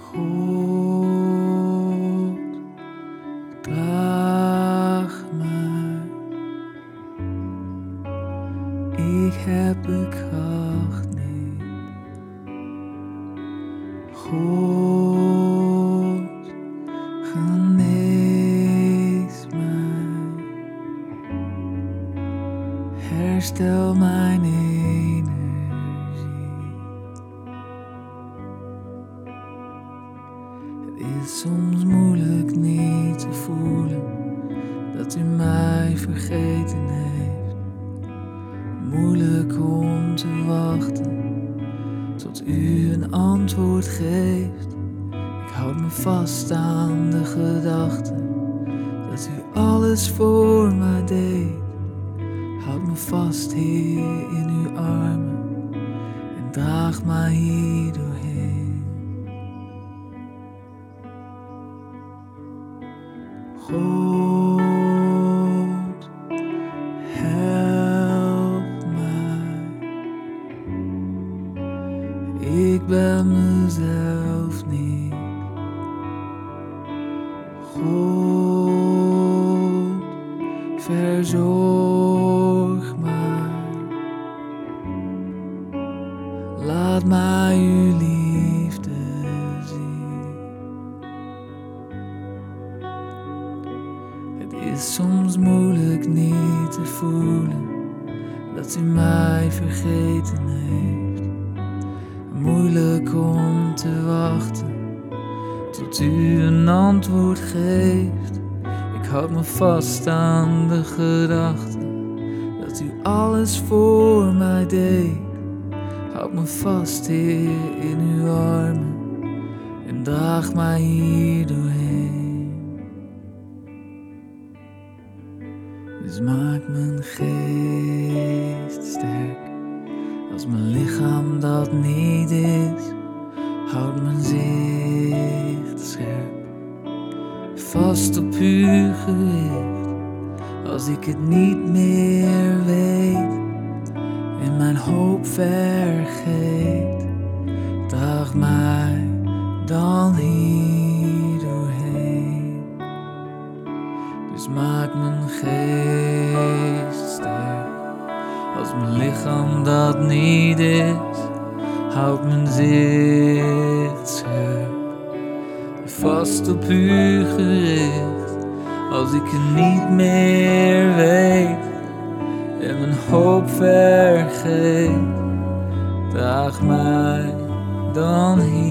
God, draag mij. Ik heb de kracht niet. God, genees mij. Herstel mijn energie. Het is soms moeilijk niet te voelen dat u mij vergeten heeft. Moeilijk om te wachten tot u een antwoord geeft. Ik houd me vast aan de gedachte dat u alles voor mij deed. Houd me vast, Heer, in uw armen en draag mij hier doorheen. God, help mij. Ik ben mezelf niet. God, verzorg mij. Laat mij uw liefde zien. Het is soms moeilijk niet te voelen dat u mij vergeten heeft. Moeilijk om te wachten tot u een antwoord geeft. Ik houd me vast aan de gedachte dat u alles voor mij deed. Houd me vast, Heer, in uw armen en draag mij hier doorheen. Dus maak mijn geest sterk als mijn lichaam dat niet is. Houd mijn zicht scherp, vast op u gericht. Als ik het niet meer weet en mijn hoop vergeet, draag mij dan hier doorheen. Dus maak mijn geest sterk als mijn lichaam dat niet is. Houd mijn zicht scherp, vast op u gericht. Als ik het niet meer weet en mijn hoop vergeet, draag mij dan hier.